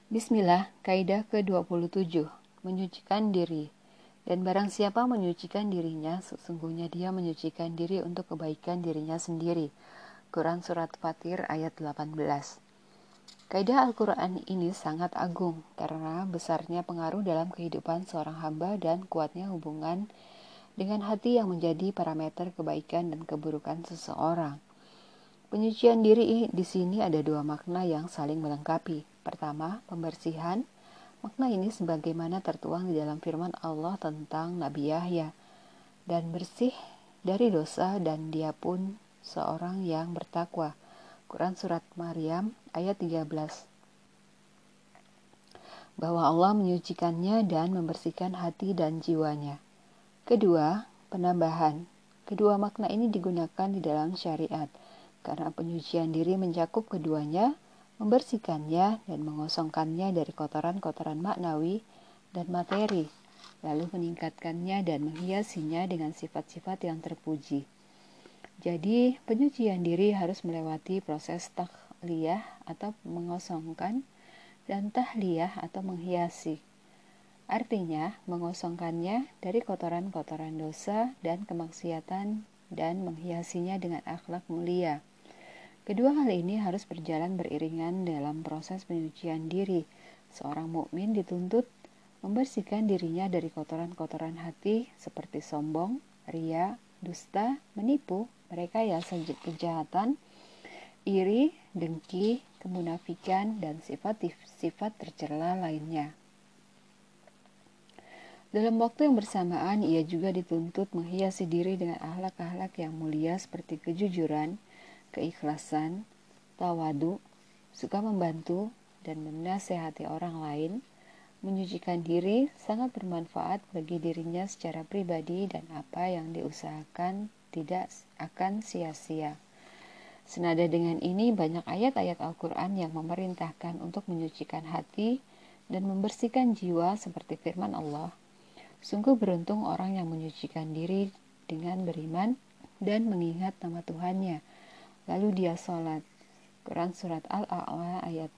Bismillah, kaidah ke-27, menyucikan diri. Dan barang siapa menyucikan dirinya, sesungguhnya dia menyucikan diri untuk kebaikan dirinya sendiri. Quran Surat Fatir ayat 18. Kaidah Al-Quran ini sangat agung karena besarnya pengaruh dalam kehidupan seorang hamba dan kuatnya hubungan dengan hati yang menjadi parameter kebaikan dan keburukan seseorang. Penyucian diri di sini ada dua makna yang saling melengkapi. Pertama, pembersihan. Makna ini sebagaimana tertuang di dalam firman Allah tentang Nabi Yahya. Dan bersih dari dosa dan dia pun seorang yang bertakwa. Quran Surat Maryam ayat 13. Bahwa Allah menyucikannya dan membersihkan hati dan jiwanya. Kedua, penambahan. Kedua makna ini digunakan di dalam syariat. Karena penyucian diri mencakup keduanya, membersihkannya dan mengosongkannya dari kotoran-kotoran maknawi dan materi, lalu meningkatkannya dan menghiasinya dengan sifat-sifat yang terpuji. Jadi, penyucian diri harus melewati proses takhliyah atau mengosongkan dan tahliyah atau menghiasi. Artinya, mengosongkannya dari kotoran-kotoran dosa dan kemaksiatan dan menghiasinya dengan akhlak mulia. Kedua hal ini harus berjalan beriringan dalam proses penyucian diri. Seorang mukmin dituntut membersihkan dirinya dari kotoran-kotoran hati seperti sombong, ria, dusta, menipu, merekayasa kejahatan, iri, dengki, kemunafikan, dan sifat-sifat tercela lainnya. Dalam waktu yang bersamaan, ia juga dituntut menghiasi diri dengan akhlak-akhlak yang mulia seperti kejujuran, keikhlasan, tawadu, suka membantu, dan menasehati orang lain. Menyucikan diri sangat bermanfaat bagi dirinya secara pribadi dan apa yang diusahakan tidak akan sia-sia. Senada dengan ini, banyak ayat-ayat Al-Quran yang memerintahkan untuk menyucikan hati dan membersihkan jiwa seperti firman Allah. Sungguh beruntung orang yang menyucikan diri dengan beriman dan mengingat nama Tuhannya. Lalu dia sholat. Quran Surat Al-A'la ayat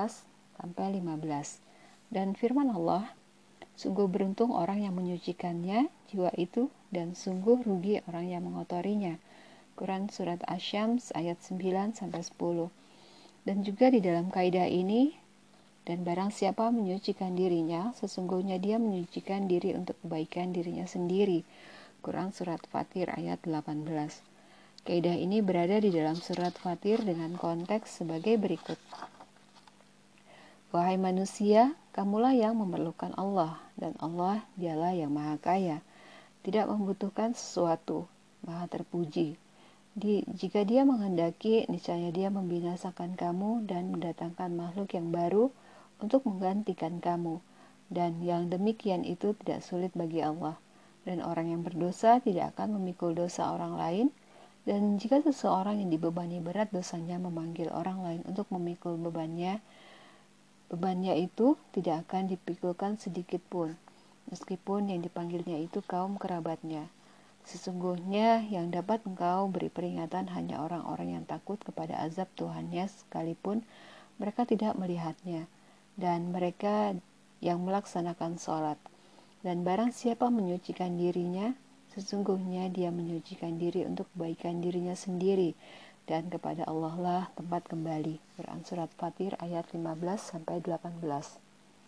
14-15. Dan firman Allah, sungguh beruntung orang yang menyucikannya, jiwa itu, dan sungguh rugi orang yang mengotorinya. Quran Surat Asy-Syams ayat 9-10. Dan juga di dalam kaidah ini, dan barang siapa menyucikan dirinya, sesungguhnya dia menyucikan diri untuk kebaikan dirinya sendiri. Quran Surat Fatir ayat 18. Kaidah ini berada di dalam surat Fatir dengan konteks sebagai berikut. Wahai manusia, kamulah yang memerlukan Allah, dan Allah dialah yang maha kaya, tidak membutuhkan sesuatu, maha terpuji. Jika dia menghendaki, niscaya dia membinasakan kamu dan mendatangkan makhluk yang baru untuk menggantikan kamu. Dan yang demikian itu tidak sulit bagi Allah. Dan orang yang berdosa tidak akan memikul dosa orang lain. Dan jika seseorang yang dibebani berat dosanya memanggil orang lain untuk memikul bebannya itu tidak akan dipikulkan sedikit pun, meskipun yang dipanggilnya itu kaum kerabatnya. Sesungguhnya yang dapat engkau beri peringatan hanya orang-orang yang takut kepada azab Tuhannya sekalipun mereka tidak melihatnya, dan mereka yang melaksanakan sholat. Dan barang siapa menyucikan dirinya, sesungguhnya dia menyucikan diri untuk kebaikan dirinya sendiri, dan kepada Allah lah tempat kembali. Quran Surat Fatir ayat 15-18.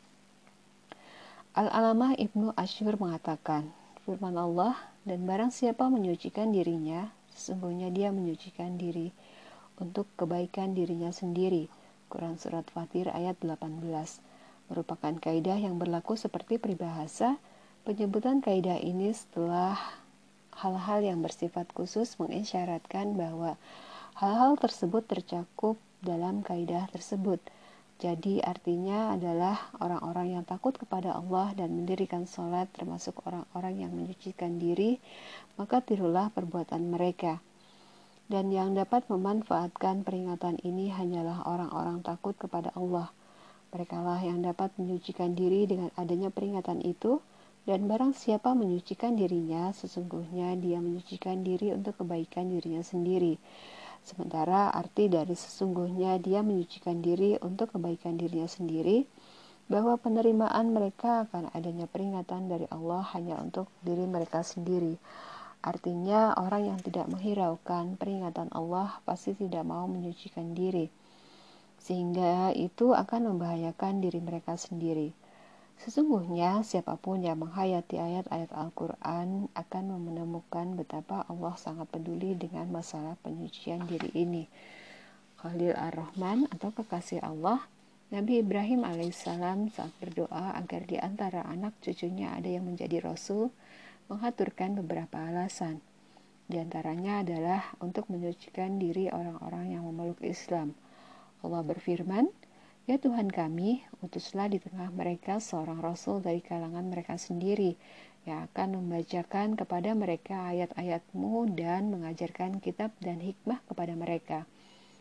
Al-Alamah Ibnu Asyur mengatakan, firman Allah, dan barang siapa menyucikan dirinya, sesungguhnya dia menyucikan diri untuk kebaikan dirinya sendiri. Quran Surat Fatir ayat 18. Merupakan kaidah yang berlaku seperti peribahasa. Penyebutan kaidah ini setelah hal-hal yang bersifat khusus mengisyaratkan bahwa hal-hal tersebut tercakup dalam kaidah tersebut. Jadi artinya adalah orang-orang yang takut kepada Allah dan mendirikan sholat, termasuk orang-orang yang menyucikan diri, maka tirulah perbuatan mereka. Dan yang dapat memanfaatkan peringatan ini hanyalah orang-orang takut kepada Allah. Merekalah yang dapat menyucikan diri dengan adanya peringatan itu, dan barang siapa menyucikan dirinya, sesungguhnya dia menyucikan diri untuk kebaikan dirinya sendiri. Sementara arti dari sesungguhnya dia menyucikan diri untuk kebaikan dirinya sendiri, bahwa penerimaan mereka akan adanya peringatan dari Allah hanya untuk diri mereka sendiri. Artinya orang yang tidak menghiraukan peringatan Allah pasti tidak mau menyucikan diri, sehingga itu akan membahayakan diri mereka sendiri. Sesungguhnya siapapun yang menghayati ayat-ayat Al-Quran akan menemukan betapa Allah sangat peduli dengan masalah penyucian diri ini. Khalil Ar-Rahman atau kekasih Allah, Nabi Ibrahim alaihissalam saat berdoa agar di antara anak cucunya ada yang menjadi rasul, mengaturkan beberapa alasan. Di antaranya adalah untuk menyucikan diri orang-orang yang memeluk Islam. Allah berfirman, "Ya Tuhan kami, utuslah di tengah mereka seorang rasul dari kalangan mereka sendiri, yang akan membacakan kepada mereka ayat-ayat-Mu dan mengajarkan kitab dan hikmah kepada mereka,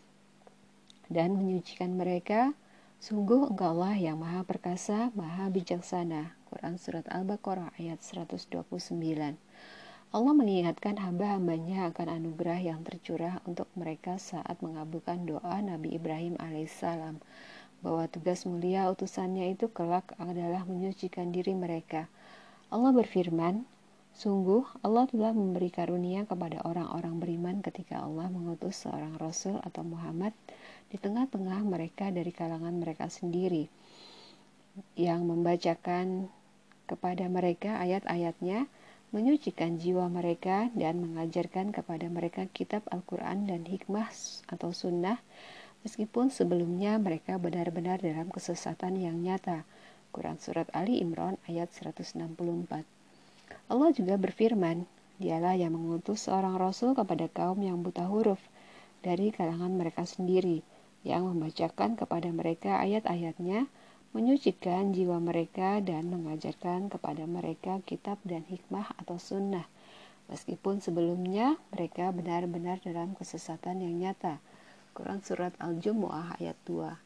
dan menyucikan mereka. Sungguh Engkaulah yang Maha Perkasa, Maha Bijaksana." Quran Surat Al-Baqarah ayat 129. Allah mengingatkan hamba-hambanya akan anugerah yang tercurah untuk mereka saat mengabulkan doa Nabi Ibrahim alaihissalam, bahwa tugas mulia utusannya itu kelak adalah menyucikan diri mereka. Allah berfirman, "Sungguh Allah telah memberi karunia kepada orang-orang beriman ketika Allah mengutus seorang Rasul atau Muhammad di tengah-tengah mereka dari kalangan mereka sendiri, yang membacakan kepada mereka ayat-ayatnya, menyucikan jiwa mereka, dan mengajarkan kepada mereka kitab Al-Quran dan hikmah atau sunnah, meskipun sebelumnya mereka benar-benar dalam kesesatan yang nyata." Quran Surat Ali Imran ayat 164. Allah juga berfirman, "Dialah yang mengutus seorang Rasul kepada kaum yang buta huruf dari kalangan mereka sendiri, yang membacakan kepada mereka ayat-ayatnya, menyucikan jiwa mereka, dan mengajarkan kepada mereka kitab dan hikmah atau sunnah, meskipun sebelumnya mereka benar-benar dalam kesesatan yang nyata." Quran Surat Al-Jumu'ah ayat 2.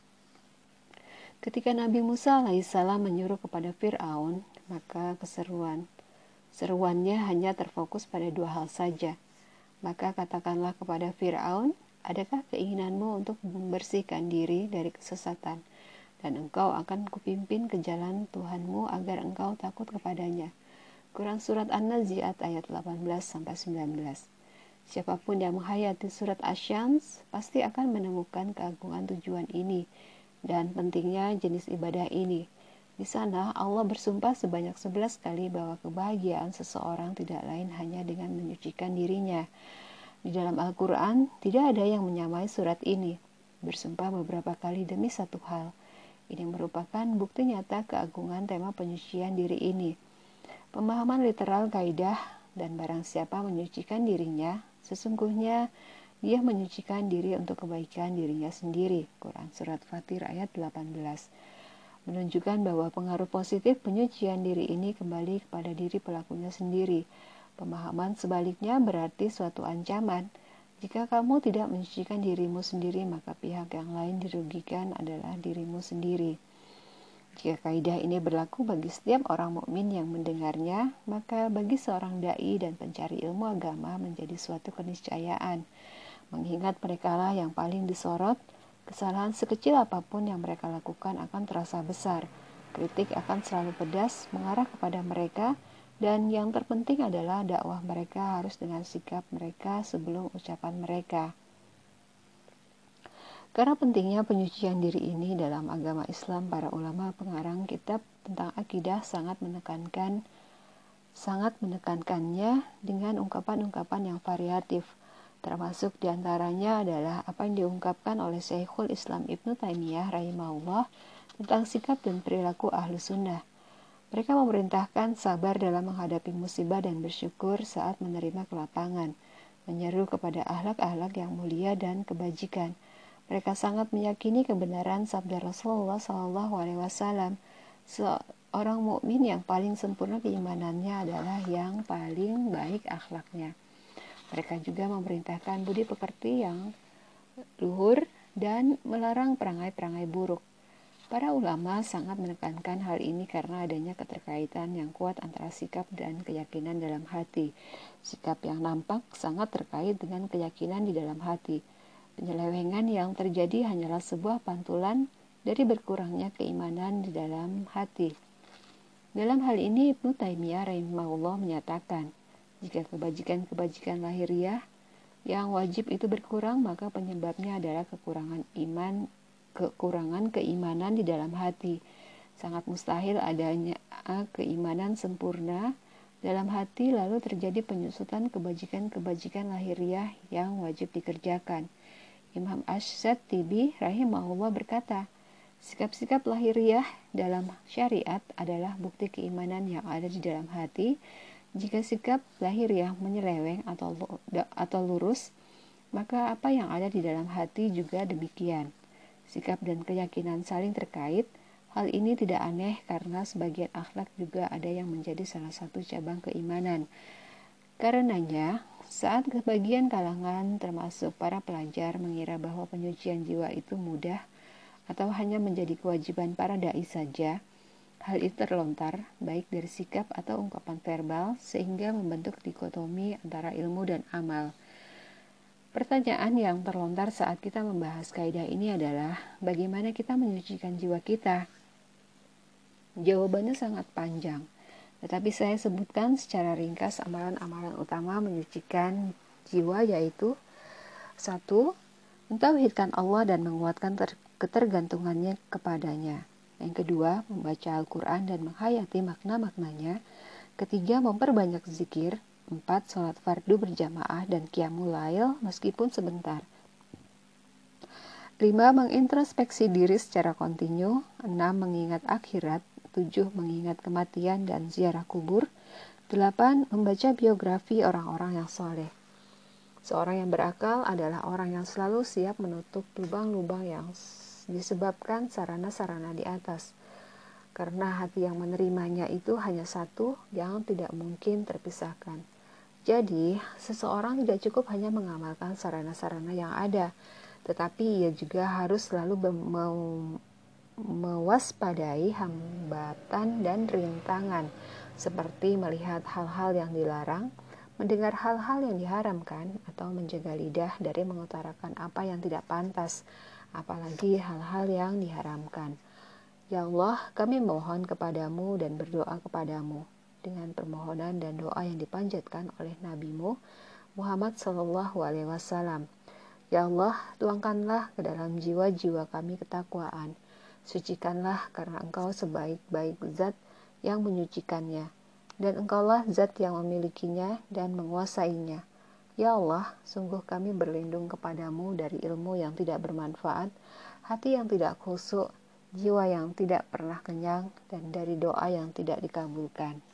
Ketika Nabi Musa alaihissalam menyuruh kepada Fir'aun, maka seruannya hanya terfokus pada dua hal saja. Maka katakanlah kepada Fir'aun, "Adakah keinginanmu untuk membersihkan diri dari kesesatan? Dan engkau akan kupimpin ke jalan Tuhanmu agar engkau takut kepadanya." Quran Surat An-Nazi'at ayat 18-19. Siapapun yang menghayati surat Asy-Syams pasti akan menemukan keagungan tujuan ini dan pentingnya jenis ibadah ini. Di sana Allah bersumpah sebanyak 11 kali bahwa kebahagiaan seseorang tidak lain hanya dengan menyucikan dirinya. Di dalam Al-Quran tidak ada yang menyamai surat ini, bersumpah beberapa kali demi satu hal. Ini merupakan bukti nyata keagungan tema penyucian diri ini. Pemahaman literal kaidah, "Dan barang siapa menyucikan dirinya, sesungguhnya dia menyucikan diri untuk kebaikan dirinya sendiri." Quran Surat Fatir ayat 18. Menunjukkan bahwa pengaruh positif penyucian diri ini kembali kepada diri pelakunya sendiri. Pemahaman sebaliknya berarti suatu ancaman. Jika kamu tidak menyucikan dirimu sendiri, maka pihak yang lain dirugikan adalah dirimu sendiri. Jika kaidah ini berlaku bagi setiap orang mukmin yang mendengarnya, maka bagi seorang dai dan pencari ilmu agama menjadi suatu keniscayaan. Mengingat merekalah yang paling disorot, kesalahan sekecil apapun yang mereka lakukan akan terasa besar. Kritik akan selalu pedas mengarah kepada mereka, dan yang terpenting adalah dakwah mereka harus dengan sikap mereka sebelum ucapan mereka. Karena pentingnya penyucian diri ini dalam agama Islam, para ulama pengarang kitab tentang akidah sangat menekankannya dengan ungkapan-ungkapan yang variatif. Termasuk diantaranya adalah apa yang diungkapkan oleh Syekhul Islam Ibnu Taimiyah rahimahullah tentang sikap dan perilaku ahlu sunnah. Mereka memerintahkan sabar dalam menghadapi musibah dan bersyukur saat menerima kelapangan, menyeru kepada akhlak-akhlak yang mulia dan kebajikan. Mereka sangat meyakini kebenaran sabda Rasulullah SAW. Seorang mukmin yang paling sempurna keimanannya adalah yang paling baik akhlaknya. Mereka juga memerintahkan budi pekerti yang luhur dan melarang perangai-perangai buruk. Para ulama sangat menekankan hal ini karena adanya keterkaitan yang kuat antara sikap dan keyakinan dalam hati. Sikap yang nampak sangat terkait dengan keyakinan di dalam hati. Penyelewengan yang terjadi hanyalah sebuah pantulan dari berkurangnya keimanan di dalam hati. Dalam hal ini Ibnu Taimiyah rahimahullah menyatakan, jika kebajikan-kebajikan lahiriah yang wajib itu berkurang, maka penyebabnya adalah kekurangan keimanan di dalam hati. Sangat mustahil adanya keimanan sempurna dalam hati lalu terjadi penyusutan kebajikan-kebajikan lahiriah yang wajib dikerjakan. Imam Ash-Shatibi rahimahullah berkata, sikap-sikap lahiriah dalam syariat adalah bukti keimanan yang ada di dalam hati. Jika sikap lahiriah menyeleweng atau lurus, maka apa yang ada di dalam hati juga demikian. Sikap dan keyakinan saling terkait. Hal ini tidak aneh karena sebagian akhlak juga ada yang menjadi salah satu cabang keimanan. Karenanya, saat sebagian kalangan termasuk para pelajar mengira bahwa penyucian jiwa itu mudah atau hanya menjadi kewajiban para dai saja, hal itu terlontar baik dari sikap atau ungkapan verbal sehingga membentuk dikotomi antara ilmu dan amal. Pertanyaan yang terlontar saat kita membahas kaidah ini adalah bagaimana kita menyucikan jiwa kita? Jawabannya sangat panjang, tetapi saya sebutkan secara ringkas amalan-amalan utama menyucikan jiwa, yaitu 1. Mentauhidkan Allah dan menguatkan ketergantungannya kepadanya. Yang kedua, membaca Al-Quran dan menghayati makna-maknanya. Ketiga, memperbanyak zikir. 4. Sholat fardu berjamaah dan qiyamul lail meskipun sebentar. 5. Mengintrospeksi diri secara kontinu. 6. Mengingat akhirat. 7. Mengingat kematian dan ziarah kubur. 8. Membaca biografi orang-orang yang soleh. Seorang yang berakal adalah orang yang selalu siap menutup lubang-lubang yang disebabkan sarana-sarana di atas. Karena hati yang menerimanya itu hanya satu yang tidak mungkin terpisahkan. Jadi, seseorang tidak cukup hanya mengamalkan sarana-sarana yang ada, tetapi ia juga harus selalu mewaspadai hambatan dan rintangan, seperti melihat hal-hal yang dilarang, mendengar hal-hal yang diharamkan, atau menjaga lidah dari mengutarakan apa yang tidak pantas, apalagi hal-hal yang diharamkan. Ya Allah, kami mohon kepadamu dan berdoa kepadamu dengan permohonan dan doa yang dipanjatkan oleh Nabi-Mu Muhammad SAW. Ya Allah, tuangkanlah ke dalam jiwa-jiwa kami ketakwaan. Sucikanlah karena Engkau sebaik-baik zat yang menyucikannya, dan Engkaulah zat yang memilikinya dan menguasainya. Ya Allah, sungguh kami berlindung kepadamu dari ilmu yang tidak bermanfaat, hati yang tidak khusyuk, jiwa yang tidak pernah kenyang, dan dari doa yang tidak dikabulkan.